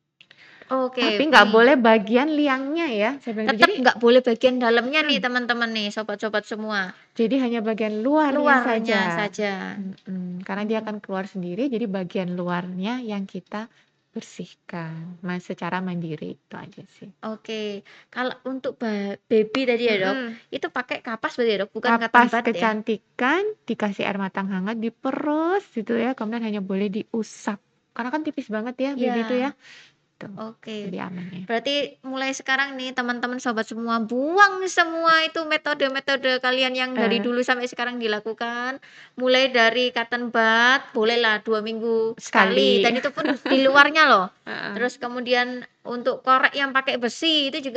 S1: oke,
S2: tapi nggak
S1: nih,
S2: boleh bagian liangnya ya, saya bilang gitu.
S1: tetep
S2: Jadi
S1: nggak boleh bagian dalamnya nih
S2: mhm,
S1: teman-teman nih, sobat-sobat semua,
S2: jadi hanya bagian luarnya
S1: luarnya
S2: saja,
S1: saja.
S2: mhm, karena dia
S1: Oh,
S2: akan keluar sendiri, jadi bagian luarnya yang kita bersihkan, mas secara mandiri, itu aja sih.
S1: oke. Kalau untuk ba baby tadi ya, Dok,
S2: Mhm.
S1: itu pakai kapas berarti ya, Dok, bukan cotton
S2: Kapas
S1: bud ya?
S2: kecantikan, dikasih air matang hangat, diperus gitu ya, kemudian hanya boleh diusap. Karena kan tipis banget ya baby itu ya,
S1: Iya,
S2: tuh,
S1: oke.
S2: lebih aman ya.
S1: Berarti mulai sekarang nih teman-teman sobat semua, buang semua itu metode-metode kalian yang dari
S2: Eee,
S1: dulu sampai sekarang dilakukan. Mulai dari cotton bud, bolehlah dua minggu sekali
S2: sekali.
S1: dan itu pun di luarnya loh.
S2: Heeh.
S1: Terus kemudian untuk korek yang pakai besi itu juga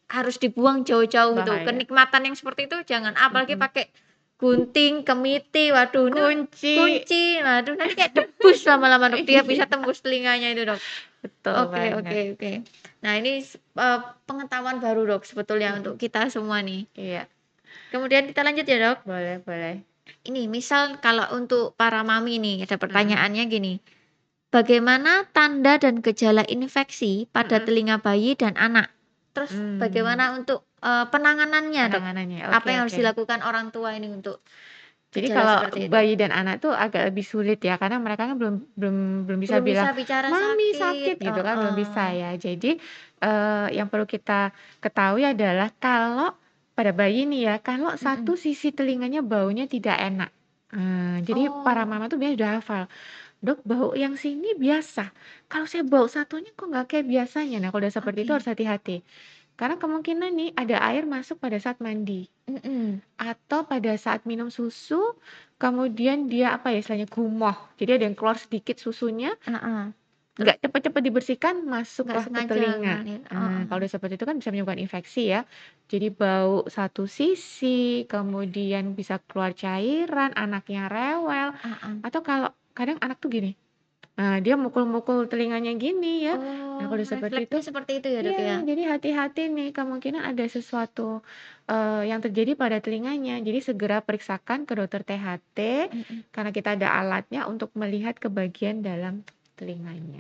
S1: harus dibuang jauh-jauh tuh.
S2: Bahaya.
S1: Kenikmatan yang seperti itu jangan, apalagi
S2: Mhm.
S1: pakai gunting, kemiti, waduh itu
S2: Kunci.
S1: kunci, waduh nanti kayak debus lama-lama, Dok, dia bisa
S2: Iya.
S1: tembus telinganya itu, Dok.
S2: Betul
S1: Oke
S2: banget.
S1: oke oke. Nah ini s eee, pengetahuan baru, Dok, sebetulnya untuk
S2: Mhm.
S1: kita semua nih.
S2: Iya.
S1: Kemudian kita lanjut ya, Dok.
S2: Boleh boleh.
S1: Ini misal kalau untuk para mami nih, ada
S2: Mhm.
S1: pertanyaannya gini, bagaimana tanda dan gejala infeksi pada
S2: Mhm.
S1: telinga bayi dan anak? Terus
S2: Mmm.
S1: bagaimana untuk, eee, penanganannya, Dok?
S2: Penanganannya,
S1: Apa
S2: oke
S1: yang harus
S2: oke.
S1: dilakukan orang tua ini untuk
S2: Jadi
S1: gejala
S2: kalau
S1: seperti itu?
S2: bayi dan anak tuh agak lebih sulit ya, karena mereka kan belum belum belum bisa
S1: Belum bisa
S2: bilang,
S1: bicara
S2: "Mami
S1: sakit,
S2: sakit," gitu kan, belum bisa
S1: heeh.
S2: ya. Jadi, eee, yang perlu kita ketahui adalah kalau pada bayi nih ya, kalau
S1: Mhm.
S2: satu sisi telinganya baunya tidak enak. Eee, jadi para
S1: Oh.
S2: mama tuh biasanya udah hafal, "Dok, bau yang sini biasa, kalau saya bau satunya kok nggak kayak biasanya?" Nah, kalau udah seperti itu
S1: Oke.
S2: harus hati-hati. Karena kemungkinan nih ada air masuk pada saat mandi,
S1: Mhm.
S2: atau pada saat minum susu, kemudian dia, apa ya, istilahnya gumoh, jadi ada yang keluar sedikit susunya,
S1: Heeh. Terus?
S2: nggak cepet-cepet dibersihkan,
S1: Nggak
S2: masuklah ke
S1: sengaja
S2: telinga.
S1: ngalir,
S2: Eee, kalau
S1: heeh.
S2: udah seperti itu kan bisa menyebabkan infeksi ya. Jadi bau satu sisi, kemudian bisa keluar cairan, anaknya rewel,
S1: Heeh.
S2: atau kalau kadang anak tuh gini, eee, dia mukul-mukul telinganya gini ya. Nah,
S1: Oh,
S2: kalau udah seperti itu
S1: refleksnya seperti itu ya, Dok,
S2: iya,
S1: ya?
S2: jadi hati-hati nih, kemungkinan ada sesuatu, eee, yang terjadi pada telinganya. Jadi segera periksakan ke dokter T H T,
S1: Mhm.
S2: karena kita ada alatnya untuk melihat ke bagian dalam telinganya.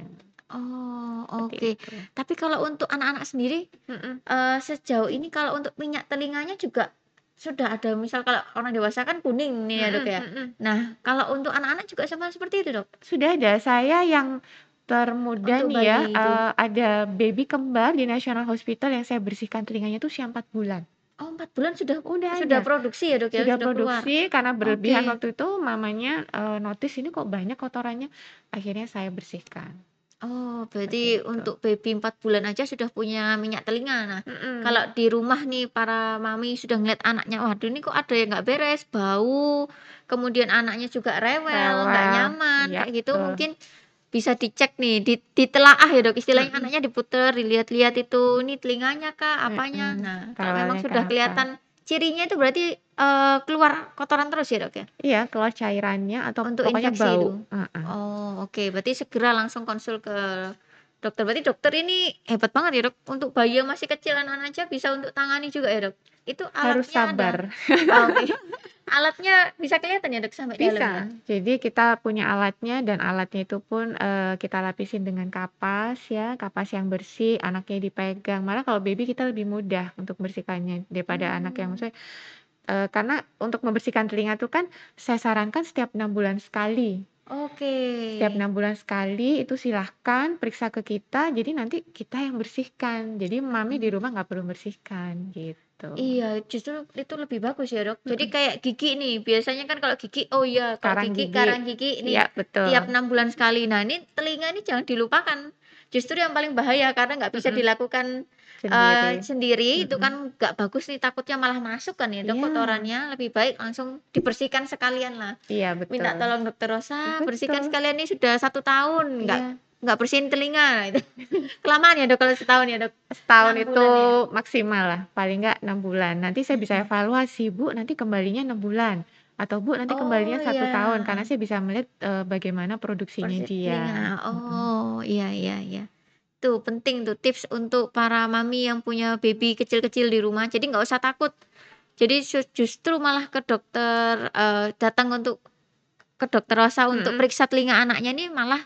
S1: Oh,
S2: Seperti
S1: oke.
S2: itu.
S1: Tapi kalau untuk anak-anak sendiri,
S2: Mhm.
S1: eee, sejauh ini kalau untuk minyak telinganya juga sudah ada misal kalau orang dewasa kan kuning nih ya, Dok,
S2: Mhm
S1: ya.
S2: mhm.
S1: Nah, kalau untuk anak-anak juga sama seperti itu, Dok?
S2: Sudah ada. Saya yang termuda
S1: Untuk
S2: nih ya,
S1: bayi itu?
S2: eee, ada baby kembar di National Hospital yang saya bersihkan telinganya itu usia empat bulan.
S1: Oh, empat bulan sudah
S2: Udah
S1: sudah
S2: ada.
S1: produksi ya, Dok, ya?
S2: Sudah
S1: Sudah keluar?
S2: produksi karena berlebihan
S1: Oke.
S2: waktu itu mamanya, eee, notice, "Ini kok banyak kotorannya," akhirnya saya bersihkan.
S1: Oh,
S2: Seperti
S1: berarti
S2: itu.
S1: untuk baby empat bulan aja sudah punya minyak telinga. Nah,
S2: Mhm.
S1: kalau di rumah nih para mami sudah ngeliat anaknya, "Waduh ini kok ada yang nggak beres, bau," kemudian anaknya juga rewel, nggak
S2: Rewel,
S1: nyaman,
S2: iya
S1: kayak gitu
S2: betul.
S1: mungkin bisa dicek nih, di ditelaah ya, Dok, istilahnya
S2: Mhm.
S1: anaknya diputer, dilihat-lihat itu, ini telinganya kah, apanya.
S2: Mhm,
S1: Nah, kalau memang
S2: rewelnya
S1: sudah
S2: kenapa.
S1: kelihatan cirinya itu berarti, eee, keluar kotoran terus ya, Dok, ya?
S2: Iya, keluar cairannya atau
S1: Untuk
S2: pokoknya
S1: infeksi
S2: bau,
S1: itu?
S2: heeh.
S1: Oh, oke. Berarti segera langsung konsul ke dokter. Berarti dokter ini hebat banget ya, Dok, untuk bayi yang masih kecil, anak-anak aja bisa untuk tangani juga ya, Dok? Itu
S2: Harus
S1: alatnya ada?
S2: sabar.
S1: Oh, oke. Alatnya bisa kelihatan ya, Dok, sampai dalam ya?
S2: Bisa. Jadi kita punya alatnya dan alatnya itu pun, eee, kita lapisin dengan kapas ya, kapas yang bersih, anaknya dipegang. Malah kalau baby kita lebih mudah untuk membersihkannya daripada anak yang
S1: Mmm.
S2: maksudnya eee, karena untuk membersihkan telinga tuh kan saya sarankan setiap enam bulan sekali.
S1: Oke.
S2: Setiap enam bulan sekali itu silahkan periksa ke kita, jadi nanti kita yang bersihkan. Jadi mami di
S1: Mhm.
S2: rumah nggak perlu membersihkan, gitu.
S1: Iya, justru itu lebih bagus ya, Dok. Jadi
S2: Mhm.
S1: kayak gigi nih, biasanya kan kalau gigi, oh iya, kalau
S2: Karang
S1: gigi,
S2: gigi.
S1: karang gigi nih
S2: Iya, betul.
S1: tiap enam bulan sekali. Nah, ini telinga ini jangan dilupakan. Justru yang paling bahaya karena nggak bisa
S2: Mhm.
S1: dilakukan, eee,
S2: Sendiri.
S1: sendiri, itu kan
S2: Mhm.
S1: nggak bagus nih, takutnya malah masuk kan ya, Dok,
S2: Iya.
S1: kotorannya. Lebih baik langsung dibersihkan sekalian lah.
S2: Iya,
S1: Minta
S2: betul.
S1: tolong dokter, "Rosa, bersihkan
S2: Betul.
S1: sekalian nih sudah satu tahun nggak
S2: Iya.
S1: nggak bersihin telinga." Nah itu. Kelamaan ya, Dok, kalau setahun ya, Dok?
S2: Setahun
S1: enam
S2: itu
S1: bulan ya?
S2: maksimal lah, paling nggak enam bulan. Nanti saya bisa
S1: Mhm.
S2: evaluasi, "Bu, nanti kembalinya enam bulan," atau, "Bu, nanti
S1: Oh,
S2: kembalinya satu tahun," karena
S1: iya.
S2: saya bisa melihat, eee, bagaimana produksinya
S1: Bersih
S2: dia.
S1: telinga.
S2: Mhm.
S1: Oh, iya iya iya. Tuh penting tuh tips untuk para mami yang punya baby kecil-kecil di rumah. Jadi nggak usah takut. Jadi su justru malah ke dokter, eee, datang untuk ke dokter Rosa untuk
S2: Mhm.
S1: periksa telinga anaknya ini malah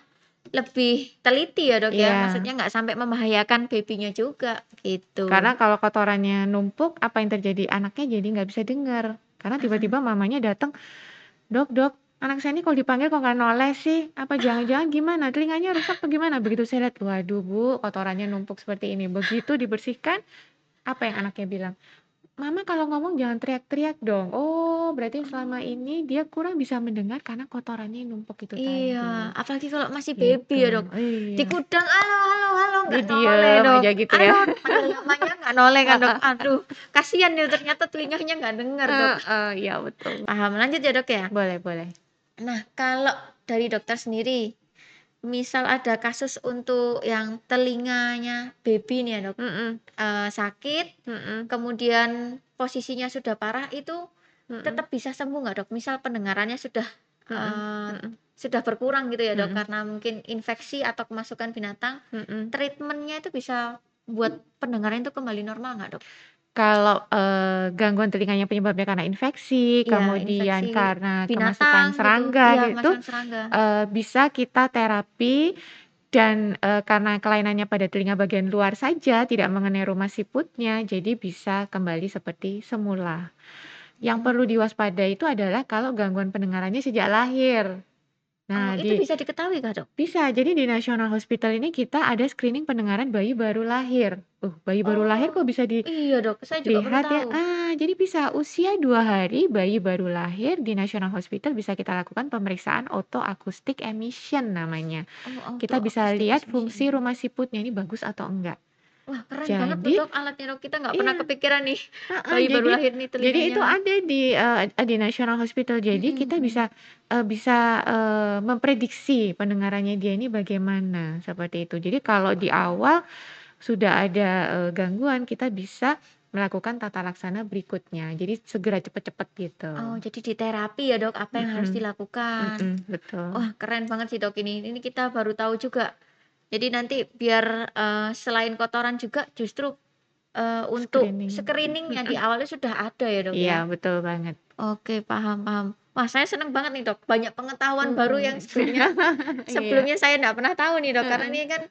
S1: lebih teliti ya, Dok, ya?
S2: Iya.
S1: Maksudnya nggak sampai membahayakan baby-nya juga,
S2: Karena
S1: gitu.
S2: kalau kotorannya numpuk, apa yang terjadi? Anaknya jadi nggak bisa denger. Karena
S1: Heeh.
S2: tiba-tiba mamanya datang, "Dok dok, anak saya ini kalau dipanggil kok nggak noleh sih? Apa jangan-jangan gimana? Telinganya rusak apa gimana?" Begitu saya lihat, waduh Bu, kotorannya numpuk seperti ini. Begitu dibersihkan, apa yang anaknya bilang, "Mama kalau ngomong jangan teriak-teriak dong." Oh, berarti selama
S1: Oh.
S2: ini dia kurang bisa mendengar karena kotorannya numpuk itu
S1: Iya,
S2: tadi.
S1: apalagi kalau masih baby
S2: Gitu,
S1: ya, Dok.
S2: iya.
S1: Dikudang, "Halo halo halo,"
S2: Dia
S1: nggak noleh,
S2: diem
S1: Dok.
S2: aja gitu ya.
S1: "Halo," panggil namanya nggak noleh kan, Dok.
S2: Heeh.
S1: Aduh, kasihan ya ternyata telinganya nggak denger, Dok.
S2: Heeh, iya betul.
S1: Paham, lanjut ya, Dok, ya?
S2: Boleh boleh.
S1: Nah, kalau dari dokter sendiri, misal ada kasus untuk yang telinganya baby nih ya, Dok,
S2: Mhm.
S1: eee, sakit,
S2: Mhm.
S1: kemudian posisinya sudah parah, itu
S2: Mhm.
S1: tetap bisa sembuh nggak, Dok? Misal pendengarannya sudah,
S2: Mhm
S1: eee,
S2: mhm.
S1: sudah berkurang gitu ya, Dok,
S2: Mhm.
S1: karena mungkin infeksi atau kemasukan binatang,
S2: Mhm.
S1: treatment-nya itu bisa buat pendengaran itu kembali normal nggak, Dok?
S2: Kalau, eee, gangguan telinganya penyebabnya karena infeksi,
S1: Iya, infeksi
S2: kemudian karena
S1: binatang
S2: kemasukan
S1: gitu.
S2: serangga
S1: Iya,
S2: gitu,
S1: kemasukan serangga.
S2: eee, bisa kita terapi dan, eee, karena kelainannya pada telinga bagian luar saja, tidak mengenai rumah siputnya, jadi bisa kembali seperti semula. Yang perlu
S1: Oh.
S2: diwaspadai itu adalah kalau gangguan pendengarannya sejak lahir.
S1: Oh,
S2: Nah,
S1: itu
S2: di
S1: bisa diketahui kah, Dok?
S2: bisa, jadi di National Hospital ini kita ada screening pendengaran bayi baru lahir. Uh, bayi baru lahir kok
S1: Oh,
S2: bisa
S1: iya, Dok, saya juga baru
S2: dilihat ya?
S1: tahu.
S2: Ah, jadi bisa usia dua hari bayi baru lahir di National Hospital bisa kita lakukan pemeriksaan otoakustik emission namanya.
S1: Oh,
S2: Kita bisa
S1: autoacoustic
S2: lihat fungsi
S1: transmission.
S2: rumah siputnya ini bagus atau enggak.
S1: Wah, keren banget tuh,
S2: Jadi
S1: Dok, alatnya, Dok. Kita nggak pernah
S2: iya,
S1: kepikiran nih,
S2: heeh,
S1: bayi baru
S2: jadi
S1: lahir nih
S2: jadi
S1: telinganya.
S2: itu ada di, eee, di National Hospital. Jadi
S1: Mhm
S2: kita
S1: mhm.
S2: bisa, eee, bisa, eee, memprediksi pendengarannya dia ini bagaimana, seperti itu. Jadi kalau di awal sudah ada, eee, gangguan, kita bisa melakukan tata laksana berikutnya. Jadi segera cepet-cepet gitu.
S1: Oh, jadi diterapi ya, Dok, apa yang harus
S2: Mhm,
S1: dilakukan.
S2: mhm, betul.
S1: Wah, keren banget sih, Dok, ini. Ini kita baru tahu juga. Jadi nanti biar, eee, selain kotoran juga justru, eee, untuk
S2: Screening,
S1: screening-nya di
S2: mhm.
S1: awalnya sudah ada ya, Dok,
S2: Iya,
S1: ya?
S2: betul banget.
S1: Oke, paham paham. Wah, saya seneng banget nih, Dok, banyak pengetahuan baru yang
S2: Mhm.
S1: sebenarnya
S2: Iya.
S1: sebelumnya saya nggak pernah tahu nih, Dok, karena
S2: Heeh.
S1: ini kan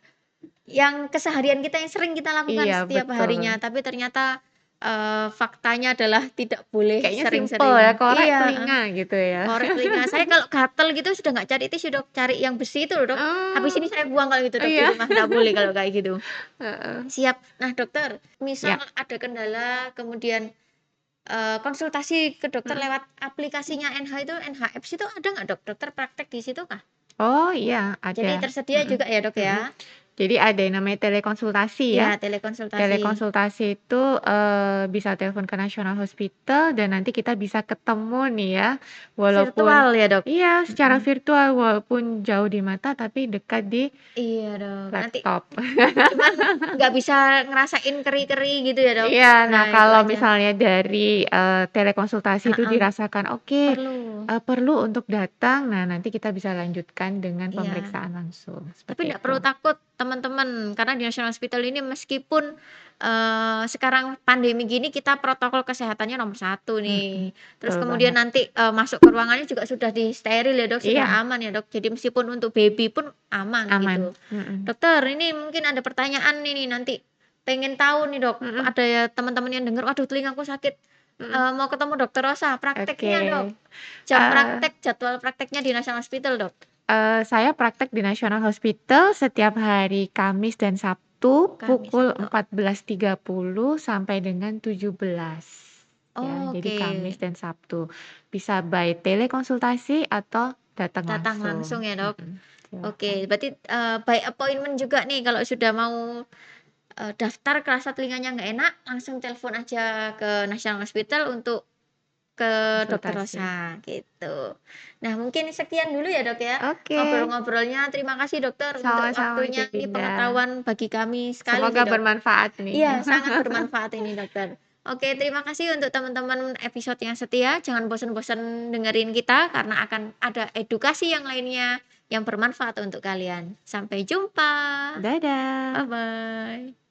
S1: yang keseharian kita yang sering kita lakukan
S2: Iya,
S1: setiap harinya,
S2: betul.
S1: tapi ternyata, eee, faktanya adalah tidak boleh
S2: Kayaknya simpel ya,
S1: sering-sering.
S2: korek
S1: Iya, heeh,
S2: telinga gitu ya.
S1: korek telinga. Saya kalau gatel gitu sudah nggak cari tisu, Dok, cari yang besi itu loh, Dok. Habis
S2: Oh,
S1: ini saya buang kalau gitu, Dok, di
S2: iya.
S1: rumah, nggak boleh kalau kayak gitu.
S2: Heeh.
S1: Siap. Nah, dokter, misal
S2: Ya.
S1: ada kendala kemudian, eee, konsultasi ke dokter
S2: Mhm.
S1: lewat aplikasinya N H itu, NHapps itu ada nggak, Dok? Dokter praktek di situ kah?
S2: Oh, iya,
S1: Jadi
S2: ada.
S1: tersedia
S2: Mhm,
S1: juga ya, Dok,
S2: mhm.
S1: ya?
S2: Jadi ada yang namanya telekonsultasi ya.
S1: Iya, telekonsultasi.
S2: Telekonsultasi itu, eee, bisa telepon ke National Hospital dan nanti kita bisa ketemu nih ya, walaupun
S1: Virtual ya, Dok?
S2: iya, secara
S1: Mhm.
S2: virtual, walaupun jauh di mata tapi dekat di
S1: Iya, Dok. Nanti
S2: laptop.
S1: cuman nggak bisa ngerasain keri-keri gitu ya, Dok?
S2: Iya,
S1: Nah,
S2: nah
S1: itu
S2: kalau
S1: aja.
S2: misalnya dari, eee, telekonsultasi itu
S1: Heeh,
S2: dirasakan oke,
S1: perlu.
S2: eee, perlu untuk datang, nah nanti kita bisa lanjutkan dengan
S1: Iya.
S2: pemeriksaan langsung,
S1: Tapi
S2: seperti
S1: nggak
S2: itu.
S1: perlu takut teman-teman, karena di National Hospital ini meskipun, eee, sekarang pandemi gini kita protokol kesehatannya nomor satu
S2: Mhm,
S1: nih. Terus
S2: betul
S1: kemudian
S2: banget.
S1: nanti, eee, masuk ke ruangannya juga sudah disteril ya, Dok, sudah
S2: Iya,
S1: aman ya, Dok. Jadi meskipun untuk baby pun aman
S2: aman,
S1: gitu.
S2: mhm,
S1: Dokter, ini mungkin ada pertanyaan ini nanti pengen tahu nih, Dok,
S2: mhm,
S1: ada ya teman-teman yang denger, "Waduh telingaku sakit,
S2: mhm,
S1: eee, mau ketemu dokter Rosa."
S2: oke,
S1: Prakteknya, Dok, jam
S2: eee
S1: praktek, jadwal prakteknya di National Hospital, Dok?
S2: eee, saya praktek di National Hospital setiap hari Kamis dan Sabtu
S1: Kamis,
S2: pukul
S1: Sabtu.
S2: empat belas tiga puluh sampai dengan tujuh belas. Ya, jadi
S1: Oke.
S2: Kamis dan Sabtu. Bisa by telekonsultasi atau datang
S1: Datang
S2: langsung,
S1: langsung ya, Dok?
S2: mhm,
S1: Oke,
S2: silakan.
S1: berarti, eee, by appointment juga nih kalau sudah mau, eee, daftar kerasa telinganya nggak enak, langsung telepon aja ke National Hospital untuk ke dokter
S2: Konsultasi.
S1: Rosa, gitu. Nah, mungkin sekian dulu ya, Dok, ya,
S2: Oke,
S1: ngobrol-ngobrolnya. Terima kasih dokter untuk
S2: sama-sama
S1: waktunya, ini
S2: juga.
S1: pengetahuan bagi kami sekali
S2: Semoga
S1: sih, Dok.
S2: bermanfaat nih.
S1: Iya, sangat bermanfaat ini, dokter. Oke, terima kasih untuk teman-teman episode yang setia. Jangan bosan-bosan dengerin kita karena akan ada edukasi yang lainnya yang bermanfaat untuk kalian. Sampai jumpa.
S2: Dadah.
S1: Bye-bye.